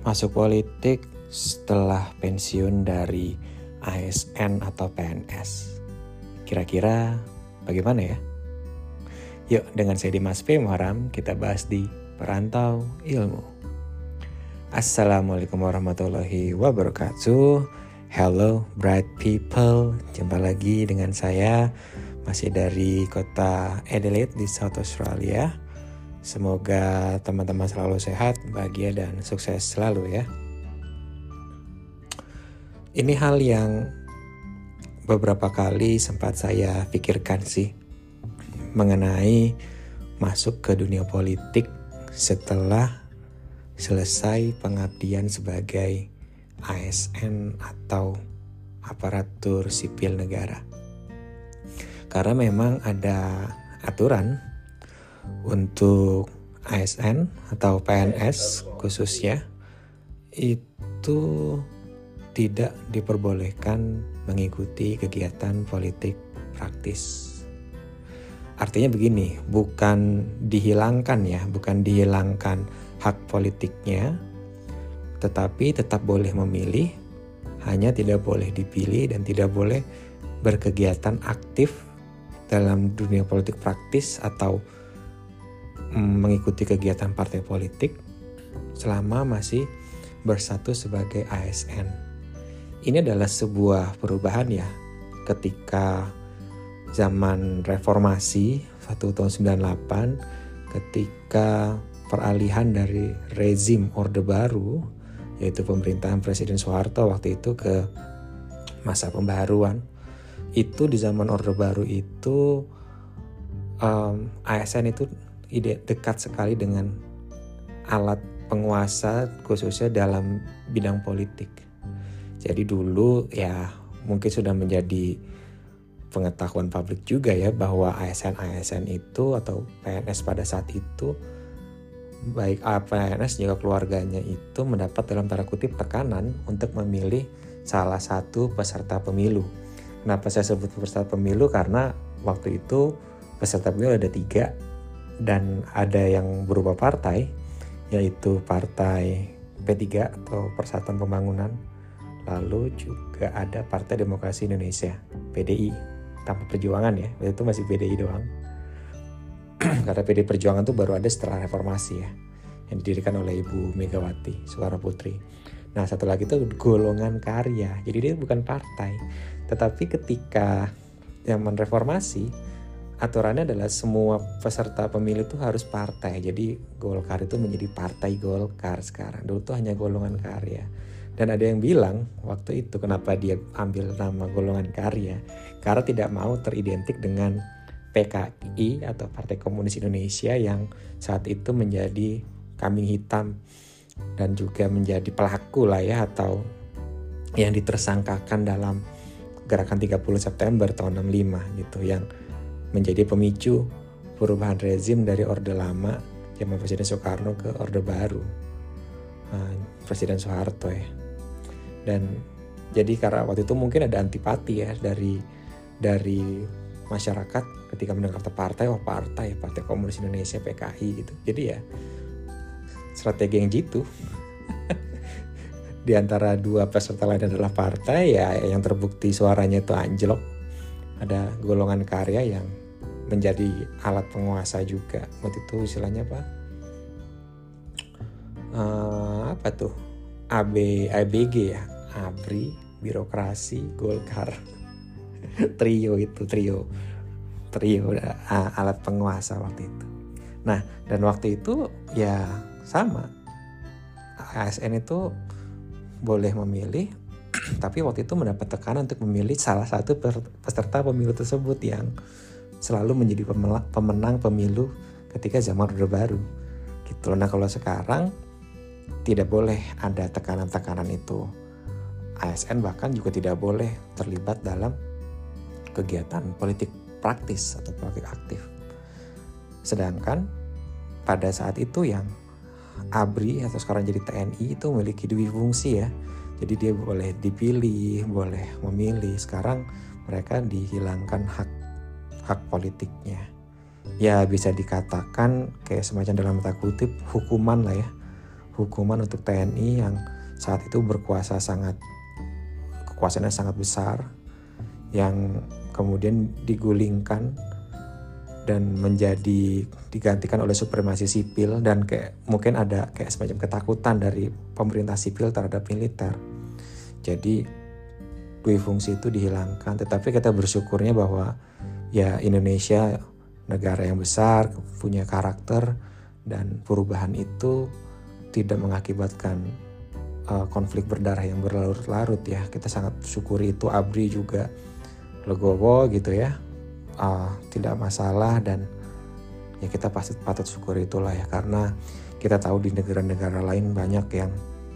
masuk politik setelah pensiun dari ASN atau PNS. Kira-kira bagaimana ya? Yuk, dengan saya Dimas P. Muharam, kita bahas di Perantau Ilmu. Assalamualaikum warahmatullahi wabarakatuh. Hello bright people, jumpa lagi dengan saya, masih dari kota Adelaide di South Australia. Semoga teman-teman selalu sehat, bahagia, dan sukses selalu ya. Ini hal yang beberapa kali sempat saya pikirkan sih, mengenai masuk ke dunia politik setelah selesai pengabdian sebagai ASN atau aparatur sipil negara. Karena memang ada aturan untuk ASN atau PNS khususnya itu tidak diperbolehkan mengikuti kegiatan politik praktis. Artinya begini, bukan dihilangkan hak politiknya, tetapi tetap boleh memilih, hanya tidak boleh dipilih dan tidak boleh berkegiatan aktif dalam dunia politik praktis atau mengikuti kegiatan partai politik selama masih berstatus sebagai ASN. Ini adalah sebuah perubahan ya, ketika zaman reformasi tahun 98, ketika peralihan dari rezim Orde Baru, yaitu pemerintahan Presiden Soeharto waktu itu, ke masa pembaharuan. Itu di zaman Orde Baru itu ASN itu dekat sekali dengan alat penguasa khususnya dalam bidang politik. Jadi dulu ya mungkin sudah menjadi pengetahuan publik juga ya, bahwa ASN itu atau PNS pada saat itu, baik PNS juga keluarganya itu mendapat dalam tanda kutip tekanan untuk memilih salah satu peserta pemilu. Kenapa saya sebut peserta pemilu? Karena waktu itu peserta pemilu ada 3 dan ada yang berupa partai, yaitu Partai P3 atau Persatuan Pembangunan, lalu juga ada Partai Demokrasi Indonesia PDI tanpa perjuangan ya, waktu itu masih PDI doang. Karena PDI Perjuangan itu baru ada setelah reformasi ya, yang didirikan oleh Ibu Megawati Soekarno Putri. Nah, satu lagi itu golongan karya, jadi dia bukan partai. Tetapi ketika zaman reformasi, aturannya adalah semua peserta pemilu itu harus partai. Jadi Golkar itu menjadi Partai Golkar sekarang. Dulu tuh hanya golongan karya. Dan ada yang bilang waktu itu kenapa dia ambil nama golongan karya, karena tidak mau teridentik dengan PKI atau Partai Komunis Indonesia yang saat itu menjadi kambing hitam dan juga menjadi pelaku lah ya, atau yang ditersangkakan dalam gerakan 30 September tahun 65 gitu, yang menjadi pemicu perubahan rezim dari Orde Lama zaman Presiden Soekarno ke Orde Baru Presiden Soeharto ya. Dan jadi karena waktu itu mungkin ada antipati ya dari masyarakat ketika mendengar partai Komunis Indonesia, PKI gitu. Jadi ya strategi yang jitu. Di antara 2 peserta lain adalah partai ya, yang terbukti suaranya itu anjlok. Ada golongan karya yang menjadi alat penguasa juga. Waktu itu istilahnya apa tuh? ABG ya, ABRI, birokrasi, Golkar. trio alat penguasa waktu itu. Nah, dan waktu itu ya sama, ASN itu boleh memilih, tapi waktu itu mendapat tekanan untuk memilih salah satu peserta pemilu tersebut yang selalu menjadi pemenang pemilu ketika zaman Orde Baru gitu. Nah, kalau sekarang tidak boleh ada tekanan-tekanan itu. ASN bahkan juga tidak boleh terlibat dalam kegiatan politik praktis atau politik aktif. Sedangkan pada saat itu yang ABRI atau sekarang jadi TNI itu memiliki 2 fungsi ya. Jadi dia boleh dipilih, boleh memilih. Sekarang mereka dihilangkan hak politiknya. Ya bisa dikatakan kayak semacam dalam tanda kutip hukuman lah ya. hukuman untuk TNI yang saat itu kekuasaannya sangat besar, yang kemudian digulingkan dan digantikan oleh supremasi sipil, dan kayak mungkin ada kayak semacam ketakutan dari pemerintah sipil terhadap militer. Jadi dui fungsi itu dihilangkan, tetapi kita bersyukurnya bahwa ya Indonesia negara yang besar, punya karakter, dan perubahan itu tidak mengakibatkan konflik berdarah yang berlarut-larut ya. Kita sangat syukuri itu. ABRI juga legowo gitu ya, tidak masalah, dan ya kita pasti patut syukuri itulah ya, karena kita tahu di negara-negara lain banyak yang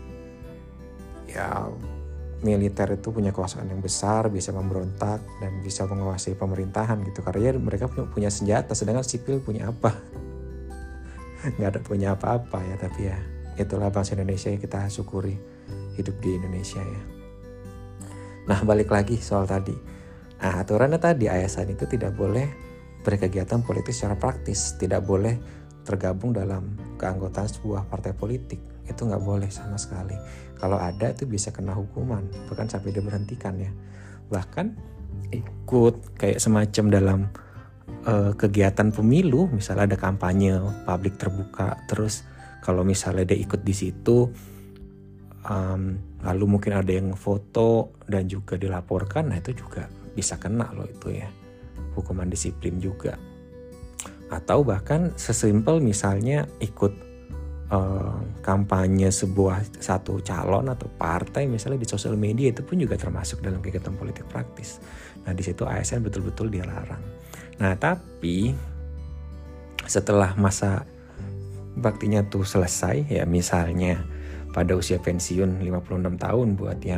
ya militer itu punya kekuasaan yang besar, bisa memberontak dan bisa menguasai pemerintahan gitu, karena ya mereka punya senjata, sedangkan sipil punya apa? Nggak ada punya apa-apa ya. Tapi ya itulah bangsa Indonesia yang kita syukuri hidup di Indonesia ya. Nah, balik lagi soal tadi. Nah, aturannya tadi ASN itu tidak boleh berkegiatan politik secara praktis, tidak boleh tergabung dalam keanggotaan sebuah partai politik. Itu nggak boleh sama sekali. Kalau ada itu bisa kena hukuman, bahkan sampai diberhentikan ya. Bahkan ikut kayak semacam dalam kegiatan pemilu, misalnya ada kampanye publik terbuka, terus kalau misalnya dia ikut di situ, lalu mungkin ada yang foto dan juga dilaporkan, nah itu juga bisa kena loh itu ya, hukuman disiplin juga. Atau bahkan sesimpel misalnya ikut kampanye satu calon atau partai misalnya di sosial media, itu pun juga termasuk dalam kegiatan politik praktis. Nah di situ ASN betul-betul dilarang. Nah tapi setelah masa baktinya tuh selesai ya, misalnya pada usia pensiun 56 tahun buat yang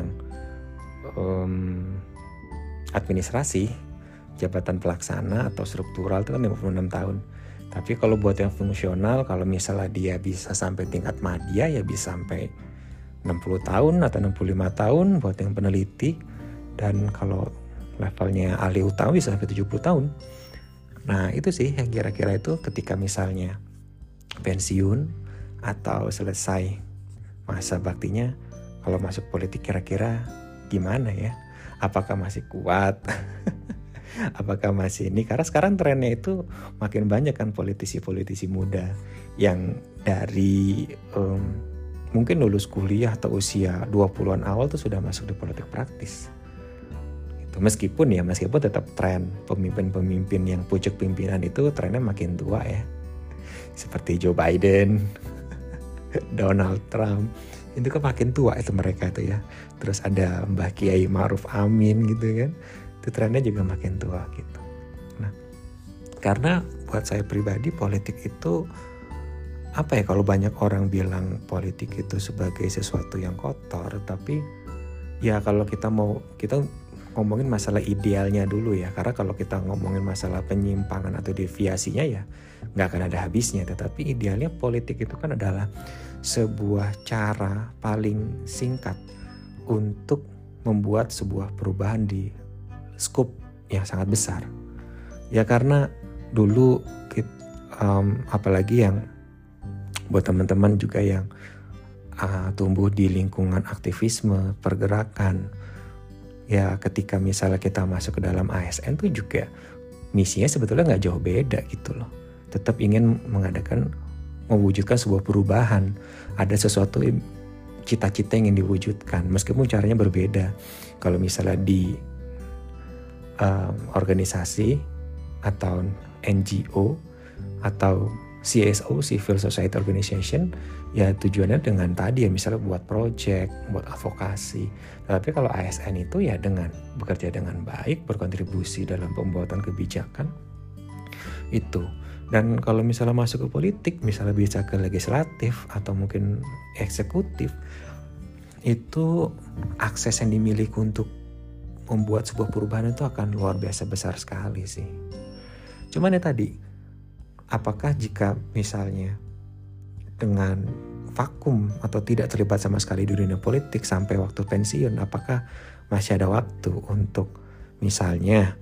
administrasi, jabatan pelaksana atau struktural itu kan 56 tahun. Tapi kalau buat yang fungsional, kalau misalnya dia bisa sampai tingkat madya ya bisa sampai 60 tahun atau 65 tahun buat yang peneliti, dan kalau levelnya ahli utama bisa sampai 70 tahun. Nah itu sih yang kira-kira itu ketika misalnya pensiun atau selesai masa baktinya, kalau masuk politik kira-kira gimana ya? Apakah masih kuat? Apakah masih ini? Karena sekarang trennya itu makin banyak kan politisi-politisi muda yang dari mungkin lulus kuliah atau usia 20-an awal tuh sudah masuk di politik praktis. Gitu. Meskipun tetap tren pemimpin-pemimpin yang pucuk pimpinan itu trennya makin tua ya. Seperti Joe Biden, Donald Trump, itu kan makin tua itu mereka itu ya. Terus ada Mbah Kiai Ma'ruf Amin gitu kan, itu trennya juga makin tua gitu. Nah, karena buat saya pribadi politik itu apa ya, kalau banyak orang bilang politik itu sebagai sesuatu yang kotor, tapi ya kalau kita ngomongin masalah idealnya dulu ya, karena kalau kita ngomongin masalah penyimpangan atau deviasinya ya nggak akan ada habisnya. Tetapi idealnya politik itu kan adalah sebuah cara paling singkat untuk membuat sebuah perubahan di skop yang sangat besar. Ya karena dulu apalagi yang buat teman-teman juga yang tumbuh di lingkungan aktivisme, pergerakan, ya ketika misalnya kita masuk ke dalam ASN tuh juga misinya sebetulnya nggak jauh beda gitu loh. Tetap ingin mewujudkan sebuah perubahan, ada sesuatu cita-cita yang ingin diwujudkan, meskipun caranya berbeda. Kalau misalnya di organisasi atau NGO atau CSO, Civil Society Organization, ya tujuannya dengan tadi ya misalnya buat project, buat advokasi. Tapi kalau ASN itu ya dengan bekerja dengan baik, berkontribusi dalam pembuatan kebijakan itu. Dan kalau misalnya masuk ke politik, misalnya bisa ke legislatif atau mungkin eksekutif, itu akses yang dimiliki untuk membuat sebuah perubahan itu akan luar biasa besar sekali sih. Cuman ya tadi, apakah jika misalnya dengan vakum atau tidak terlibat sama sekali di dunia politik sampai waktu pensiun, apakah masih ada waktu untuk misalnya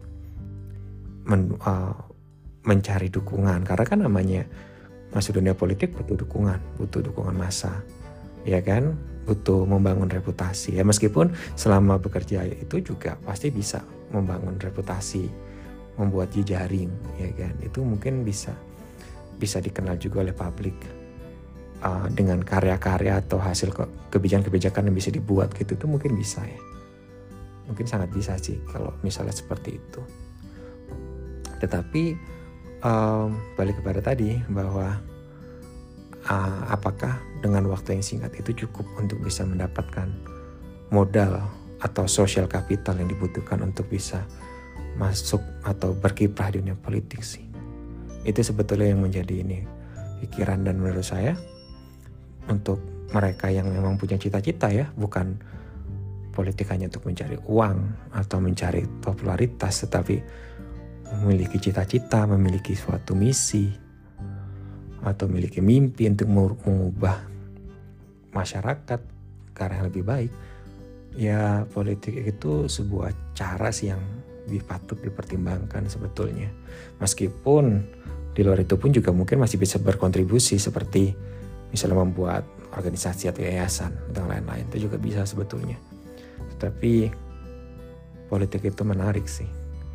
mencari dukungan? Karena kan namanya masuk dunia politik butuh dukungan massa. ya kan, butuh membangun reputasi. Ya meskipun selama bekerja itu juga pasti bisa membangun reputasi, membuat jejaring, ya kan. Itu mungkin bisa dikenal juga oleh publik dengan karya-karya atau hasil kebijakan-kebijakan yang bisa dibuat gitu, itu mungkin bisa ya. Mungkin sangat bisa sih kalau misalnya seperti itu. Tetapi balik kepada tadi bahwa apakah dengan waktu yang singkat itu cukup untuk bisa mendapatkan modal atau social capital yang dibutuhkan untuk bisa masuk atau berkiprah di dunia politik sih. Itu sebetulnya yang menjadi ini pikiran, dan menurut saya untuk mereka yang memang punya cita-cita ya, bukan politik hanya untuk mencari uang atau mencari popularitas, tetapi memiliki cita-cita, memiliki suatu misi atau memiliki mimpi untuk mengubah masyarakat ke arah yang lebih baik, ya politik itu sebuah cara sih yang patut dipertimbangkan sebetulnya. Meskipun di luar itu pun juga mungkin masih bisa berkontribusi, seperti misalnya membuat organisasi atau yayasan dan lain-lain, itu juga bisa sebetulnya. Tapi politik itu menarik sih.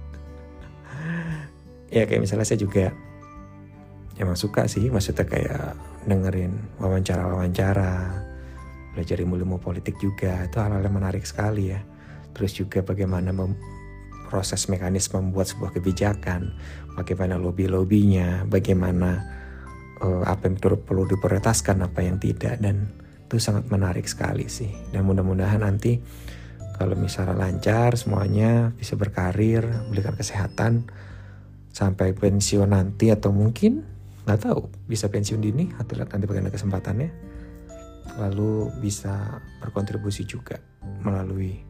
Ya kayak misalnya saya juga emang suka sih, maksudnya kayak dengerin wawancara-wawancara, belajar ilmu politik juga, itu hal-hal yang menarik sekali ya. Terus juga bagaimana proses mekanisme membuat sebuah kebijakan, bagaimana lobby-lobbynya, bagaimana apa yang perlu diprioritaskan, apa yang tidak, dan itu sangat menarik sekali sih. Dan mudah-mudahan nanti kalau misalnya lancar semuanya, bisa berkarir, berikan kesehatan sampai pensiun nanti, atau mungkin nggak tahu bisa pensiun dini atau nanti bagaimana kesempatannya, lalu bisa berkontribusi juga melalui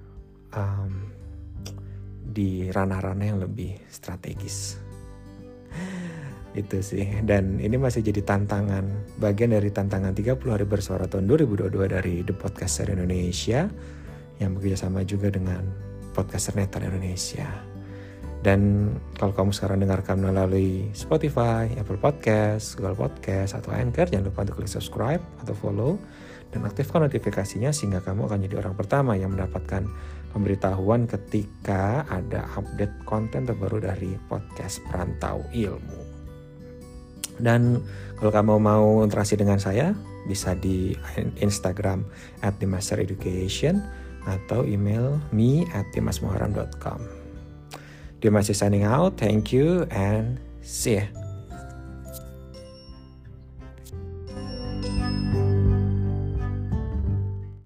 di ranah-ranah yang lebih strategis. Itu sih. Dan ini masih jadi tantangan, bagian dari tantangan 30 hari bersuara tahun 2022 dari The Podcaster Indonesia, yang bekerjasama juga dengan Podcaster Network Indonesia. Dan kalau kamu sekarang dengarkan melalui Spotify, Apple Podcast, Google Podcast, atau Anchor, jangan lupa untuk klik subscribe atau follow dan aktifkan notifikasinya, sehingga kamu akan jadi orang pertama yang mendapatkan pemberitahuan ketika ada update konten terbaru dari podcast Perantau Ilmu. Dan kalau kamu mau interaksi dengan saya, bisa di Instagram @dimastereducation atau email me@dimasmuharam.com. Dimas is signing out. Thank you and see ya.